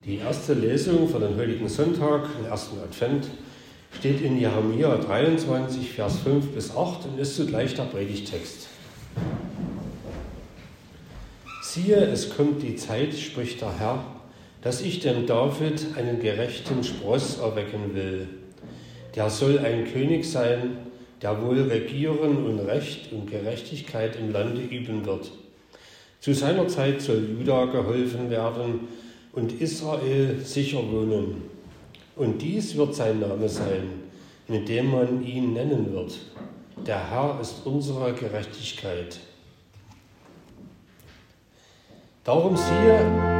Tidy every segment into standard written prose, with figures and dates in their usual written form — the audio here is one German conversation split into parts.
Die erste Lesung für den heutigen Sonntag, den ersten Advent, steht in Jeremia 23, Vers 5 bis 8 und ist zugleich der Predigtext. Siehe, es kommt die Zeit, spricht der Herr, dass ich dem David einen gerechten Spross erwecken will. Der soll ein König sein, der wohl regieren und Recht und Gerechtigkeit im Lande üben wird. Zu seiner Zeit soll Juda geholfen werden und Israel sicher wohnen. Und dies wird sein Name sein, in dem man ihn nennen wird. Der Herr ist unsere Gerechtigkeit. Darum siehe,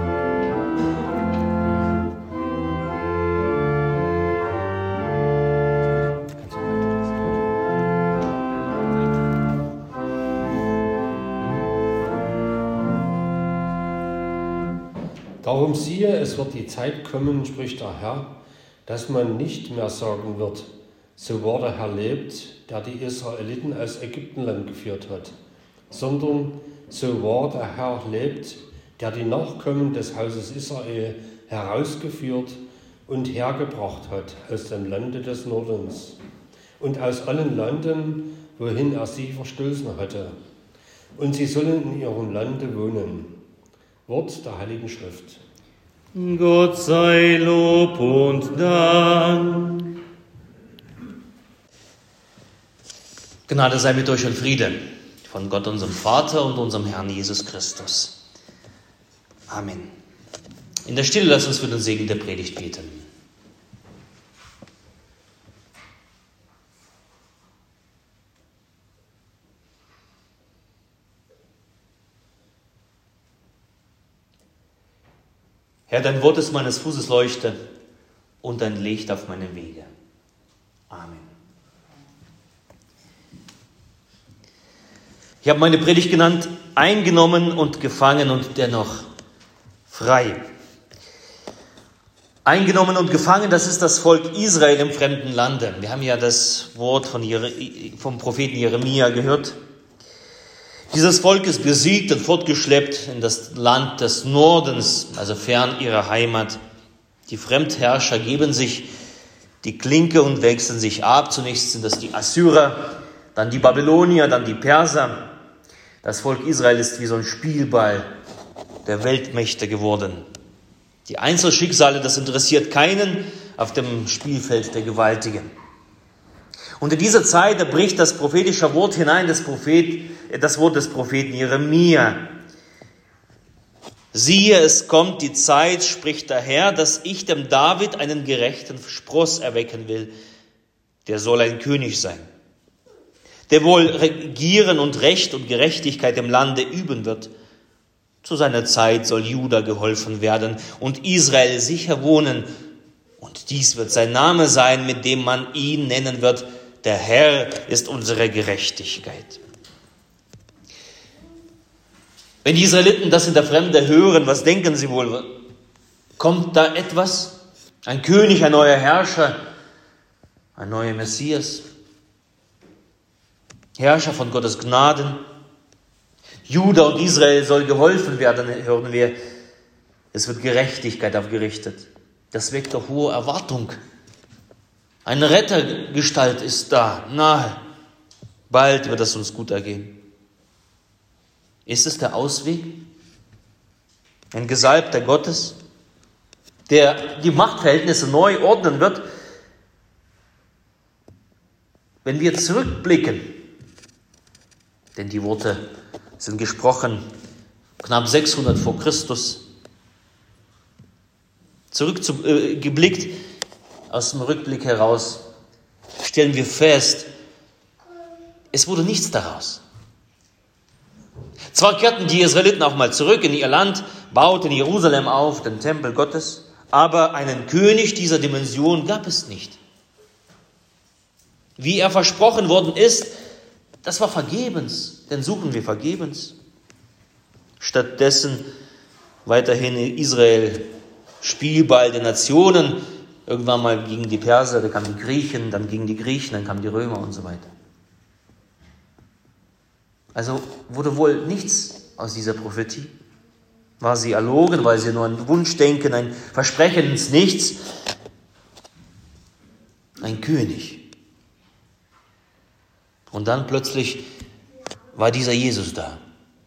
es wird die Zeit kommen, spricht der Herr, dass man nicht mehr sagen wird, so wahr der Herr lebt, der die Israeliten aus Ägyptenland geführt hat, sondern so wahr der Herr lebt, der die Nachkommen des Hauses Israel herausgeführt und hergebracht hat aus dem Lande des Nordens und aus allen Landen, wohin er sie verstoßen hatte. Und sie sollen in ihrem Lande wohnen. Wort der Heiligen Schrift. Gott sei Lob und Dank. Gnade sei mit euch und Friede von Gott, unserem Vater und unserem Herrn Jesus Christus. Amen. In der Stille lasst uns für den Segen der Predigt beten. Herr, dein Wort ist meines Fußes Leuchte und dein Licht auf meinem Wege. Amen. Ich habe meine Predigt genannt, eingenommen und gefangen und dennoch frei. Eingenommen und gefangen, das ist das Volk Israel im fremden Lande. Wir haben ja das Wort vom Propheten Jeremia gehört. Dieses Volk ist besiegt und fortgeschleppt in das Land des Nordens, also fern ihrer Heimat. Die Fremdherrscher geben sich die Klinke und wechseln sich ab. Zunächst sind das die Assyrer, dann die Babylonier, dann die Perser. Das Volk Israel ist wie so ein Spielball der Weltmächte geworden. Die Einzelschicksale, das interessiert keinen auf dem Spielfeld der Gewaltigen. Und in dieser Zeit, da bricht das prophetische Wort hinein, das Wort des Propheten Jeremia. Siehe, es kommt die Zeit, spricht der Herr, dass ich dem David einen gerechten Spross erwecken will. Der soll ein König sein, der wohl regieren und Recht und Gerechtigkeit im Lande üben wird. Zu seiner Zeit soll Juda geholfen werden und Israel sicher wohnen. Und dies wird sein Name sein, mit dem man ihn nennen wird. Der Herr ist unsere Gerechtigkeit. Wenn die Israeliten das in der Fremde hören, was denken sie wohl? Kommt da etwas? Ein König, ein neuer Herrscher, ein neuer Messias? Herrscher von Gottes Gnaden? Juda und Israel soll geholfen werden, hören wir. Es wird Gerechtigkeit aufgerichtet. Das weckt doch hohe Erwartung. Eine Rettergestalt ist da, nahe. Bald wird es uns gut ergehen. Ist es der Ausweg? Ein Gesalbter Gottes, der die Machtverhältnisse neu ordnen wird? Wenn wir zurückblicken, denn die Worte sind gesprochen knapp 600 vor Christus, geblickt aus dem Rückblick heraus, stellen wir fest, es wurde nichts daraus. Zwar kehrten die Israeliten auch mal zurück in ihr Land, bauten Jerusalem auf, den Tempel Gottes, aber einen König dieser Dimension gab es nicht. Wie er versprochen worden ist, das war vergebens, denn suchen wir vergebens. Stattdessen weiterhin Israel Spielball der Nationen, irgendwann mal gegen die Perser, dann kamen die Griechen, dann gegen die Griechen, dann kamen die Römer und so weiter. Also wurde wohl nichts aus dieser Prophetie. War sie erlogen, weil sie nur ein Wunschdenken, ein Versprechen ins Nichts? Ein König. Und dann plötzlich war dieser Jesus da.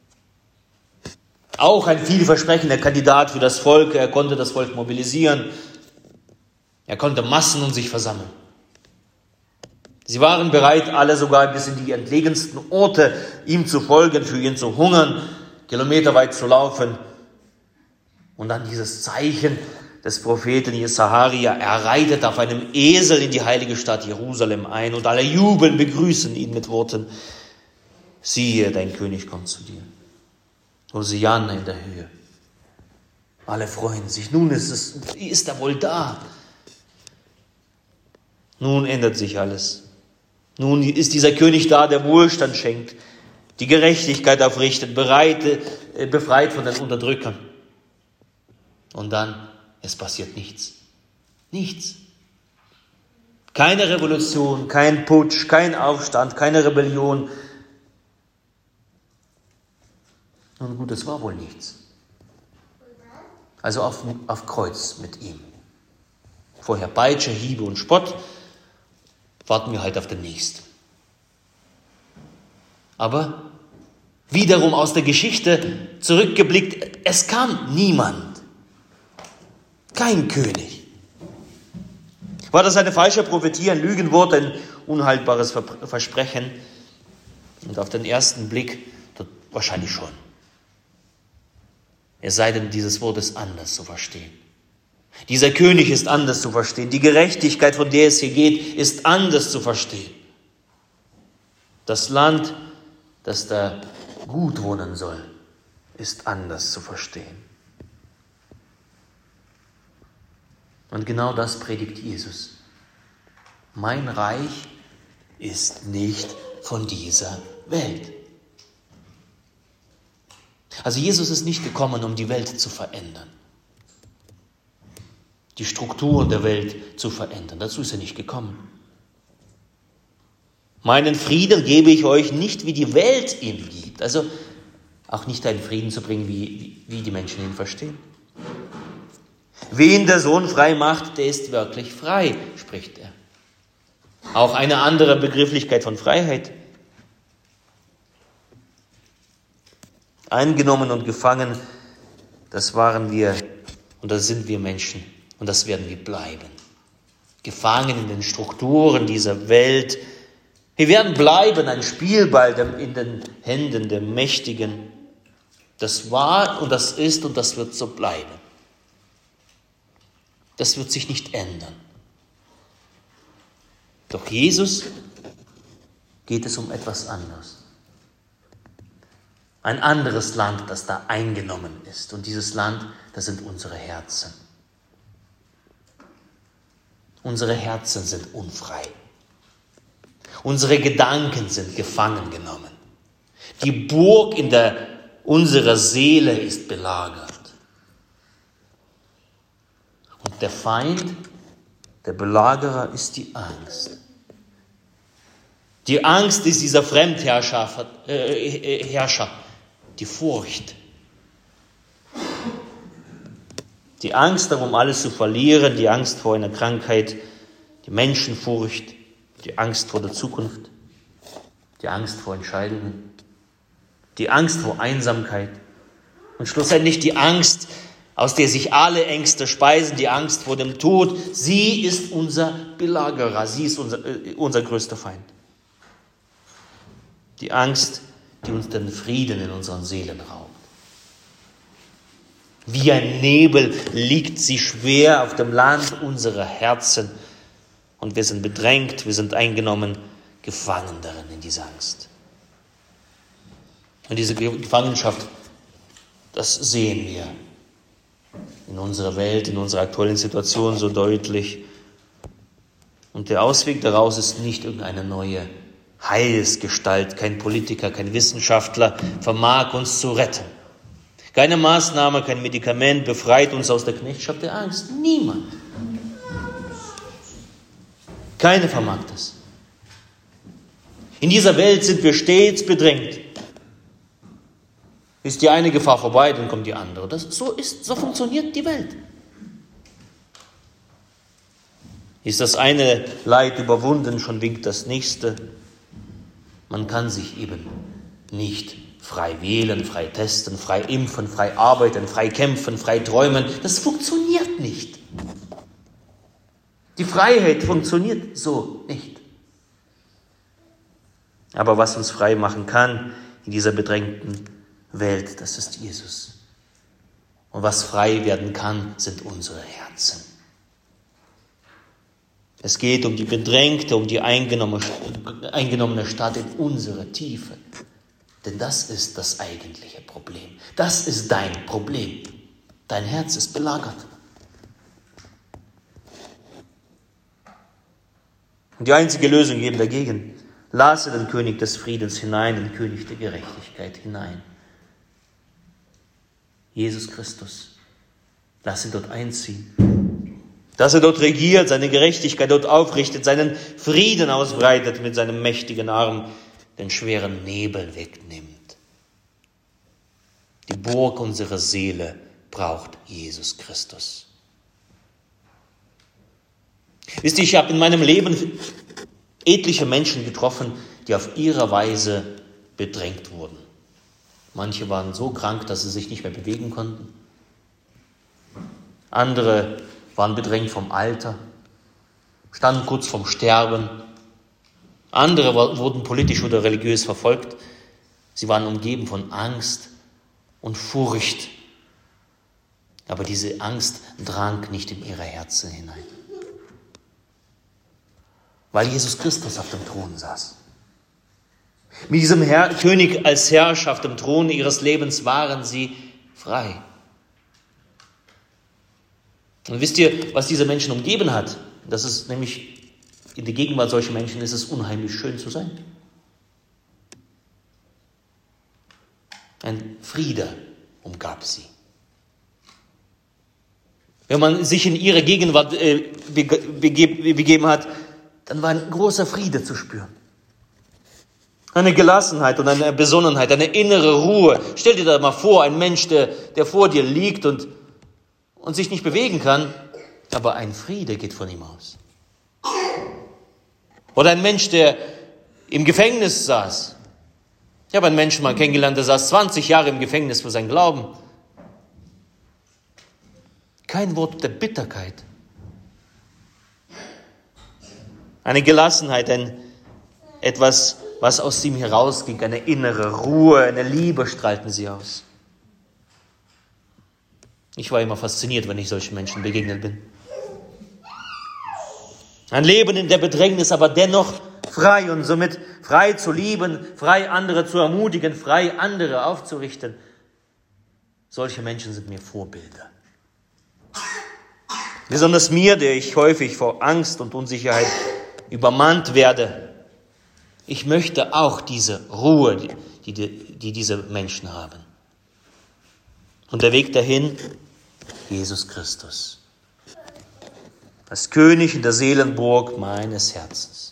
Auch ein vielversprechender Kandidat für das Volk. Er konnte das Volk mobilisieren. Er konnte Massen um sich versammeln. Sie waren bereit, alle sogar bis in die entlegensten Orte ihm zu folgen, für ihn zu hungern, kilometerweit zu laufen. Und dann dieses Zeichen des Propheten Jesaja, er reitet auf einem Esel in die heilige Stadt Jerusalem ein und alle jubeln, begrüßen ihn mit Worten: Siehe, dein König kommt zu dir. Hosianna in der Höhe. Alle freuen sich. Nun ist er wohl da. Nun ändert sich alles. Nun ist dieser König da, der Wohlstand schenkt, die Gerechtigkeit aufrichtet, befreit von den Unterdrückern. Und dann, es passiert nichts. Nichts. Keine Revolution, kein Putsch, kein Aufstand, keine Rebellion. Nun gut, es war wohl nichts. Also auf Kreuz mit ihm. Vorher Peitsche, Hiebe und Spott. Warten wir halt auf den nächsten. Aber wiederum aus der Geschichte zurückgeblickt, es kam niemand. Kein König. War das eine falsche Prophetie, ein Lügenwort, ein unhaltbares Versprechen? Und auf den ersten Blick wahrscheinlich schon. Es sei denn, dieses Wort ist anders zu verstehen. Dieser König ist anders zu verstehen. Die Gerechtigkeit, von der es hier geht, ist anders zu verstehen. Das Land, das da gut wohnen soll, ist anders zu verstehen. Und genau das predigt Jesus. Mein Reich ist nicht von dieser Welt. Also Jesus ist nicht gekommen, um die Welt zu verändern. Die Strukturen der Welt zu verändern. Dazu ist er nicht gekommen. Meinen Frieden gebe ich euch nicht, wie die Welt ihn gibt. Also auch nicht einen Frieden zu bringen, wie die Menschen ihn verstehen. Wen der Sohn frei macht, der ist wirklich frei, spricht er. Auch eine andere Begrifflichkeit von Freiheit. Eingenommen und gefangen, das waren wir und das sind wir Menschen und das werden wir bleiben. Gefangen in den Strukturen dieser Welt. Wir werden bleiben, ein Spielball in den Händen der Mächtigen. Das war und das ist und das wird so bleiben. Das wird sich nicht ändern. Doch Jesus geht es um etwas anderes. Ein anderes Land, das da eingenommen ist. Und dieses Land, das sind unsere Herzen. Unsere Herzen sind unfrei. Unsere Gedanken sind gefangen genommen. Die Burg unserer Seele ist belagert. Und der Feind, der Belagerer, ist die Angst. Die Angst ist dieser Fremdherrscher, die Furcht. Die Angst darum, alles zu verlieren, die Angst vor einer Krankheit, die Menschenfurcht, die Angst vor der Zukunft, die Angst vor Entscheidungen, die Angst vor Einsamkeit und schlussendlich die Angst, aus der sich alle Ängste speisen, die Angst vor dem Tod. Sie ist unser Belagerer, sie ist unser größter Feind. Die Angst, die uns den Frieden in unseren Seelen raubt. Wie ein Nebel liegt sie schwer auf dem Land unserer Herzen. Und wir sind bedrängt, wir sind eingenommen, gefangen darin in dieser Angst. Und diese Gefangenschaft, das sehen wir in unserer Welt, in unserer aktuellen Situation so deutlich. Und der Ausweg daraus ist nicht irgendeine neue Heilsgestalt. Kein Politiker, kein Wissenschaftler vermag uns zu retten. Keine Maßnahme, kein Medikament befreit uns aus der Knechtschaft der Angst. Niemand. Keine vermag das. In dieser Welt sind wir stets bedrängt. Ist die eine Gefahr vorbei, dann kommt die andere. So funktioniert die Welt. Ist das eine Leid überwunden, schon winkt das nächste. Man kann sich eben nicht frei wählen, frei testen, frei impfen, frei arbeiten, frei kämpfen, frei träumen. Das funktioniert nicht. Die Freiheit funktioniert so nicht. Aber was uns frei machen kann in dieser bedrängten Welt, das ist Jesus. Und was frei werden kann, sind unsere Herzen. Es geht um die bedrängte, um die eingenommene Stadt in unsere Tiefe. Denn das ist das eigentliche Problem. Das ist dein Problem. Dein Herz ist belagert. Und die einzige Lösung eben dagegen: lasse den König des Friedens hinein, den König der Gerechtigkeit hinein. Jesus Christus. Lass ihn dort einziehen. Dass er dort regiert, seine Gerechtigkeit dort aufrichtet, seinen Frieden ausbreitet, mit seinem mächtigen Arm den schweren Nebel wegnimmt. Die Burg unserer Seele braucht Jesus Christus. Wisst ihr, ich habe in meinem Leben etliche Menschen getroffen, die auf ihre Weise bedrängt wurden. Manche waren so krank, dass sie sich nicht mehr bewegen konnten. Andere waren bedrängt vom Alter, standen kurz vorm Sterben. Andere wurden politisch oder religiös verfolgt. Sie waren umgeben von Angst und Furcht. Aber diese Angst drang nicht in ihre Herzen hinein. Weil Jesus Christus auf dem Thron saß. Mit diesem König als Herrscher auf dem Thron ihres Lebens waren sie frei. Und wisst ihr, was diese Menschen umgeben hat? Das ist nämlich, in der Gegenwart solcher Menschen ist es unheimlich schön zu sein. Ein Friede umgab sie. Wenn man sich in ihre Gegenwart begeben hat, dann war ein großer Friede zu spüren. Eine Gelassenheit und eine Besonnenheit, eine innere Ruhe. Stell dir da mal vor, ein Mensch, der vor dir liegt und sich nicht bewegen kann, aber ein Friede geht von ihm aus. Oder ein Mensch, der im Gefängnis saß. Ich habe einen Menschen mal kennengelernt, der saß 20 Jahre im Gefängnis für seinen Glauben. Kein Wort der Bitterkeit. Eine Gelassenheit, etwas, was aus ihm herausging, eine innere Ruhe, eine Liebe strahlten sie aus. Ich war immer fasziniert, wenn ich solchen Menschen begegnet bin. Ein Leben in der Bedrängnis, aber dennoch frei und somit frei zu lieben, frei andere zu ermutigen, frei andere aufzurichten. Solche Menschen sind mir Vorbilder. Besonders mir, der ich häufig vor Angst und Unsicherheit übermannt werde. Ich möchte auch diese Ruhe, die diese Menschen haben. Und der Weg dahin, Jesus Christus. Als König in der Seelenburg meines Herzens.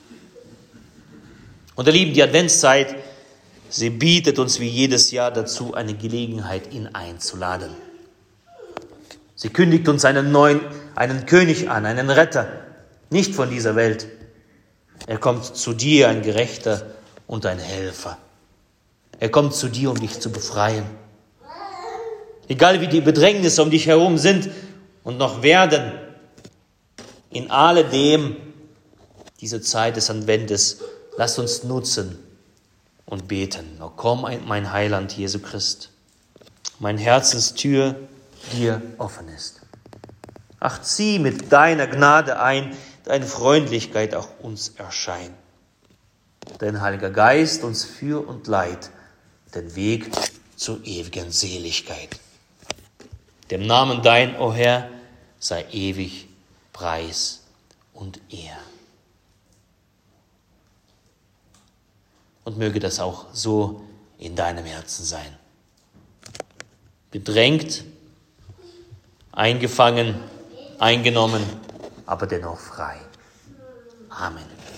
Und ihr Lieben, die Adventszeit, sie bietet uns wie jedes Jahr dazu eine Gelegenheit, ihn einzuladen. Sie kündigt uns einen König an, einen Retter, nicht von dieser Welt. Er kommt zu dir, ein Gerechter und ein Helfer. Er kommt zu dir, um dich zu befreien. Egal wie die Bedrängnisse um dich herum sind und noch werden, in alledem diese Zeit des Adventes, lasst uns nutzen und beten. O komm, mein Heiland, Jesu Christ, mein Herzenstür dir offen ist. Ach, zieh mit deiner Gnade ein, deine Freundlichkeit auch uns erscheint. Dein Heiliger Geist uns führ und leit den Weg zur ewigen Seligkeit. Dem Namen dein, o Herr, sei ewig Preis und Ehr. Und möge das auch so in deinem Herzen sein. Bedrängt, eingefangen, eingenommen, aber dennoch frei. Amen.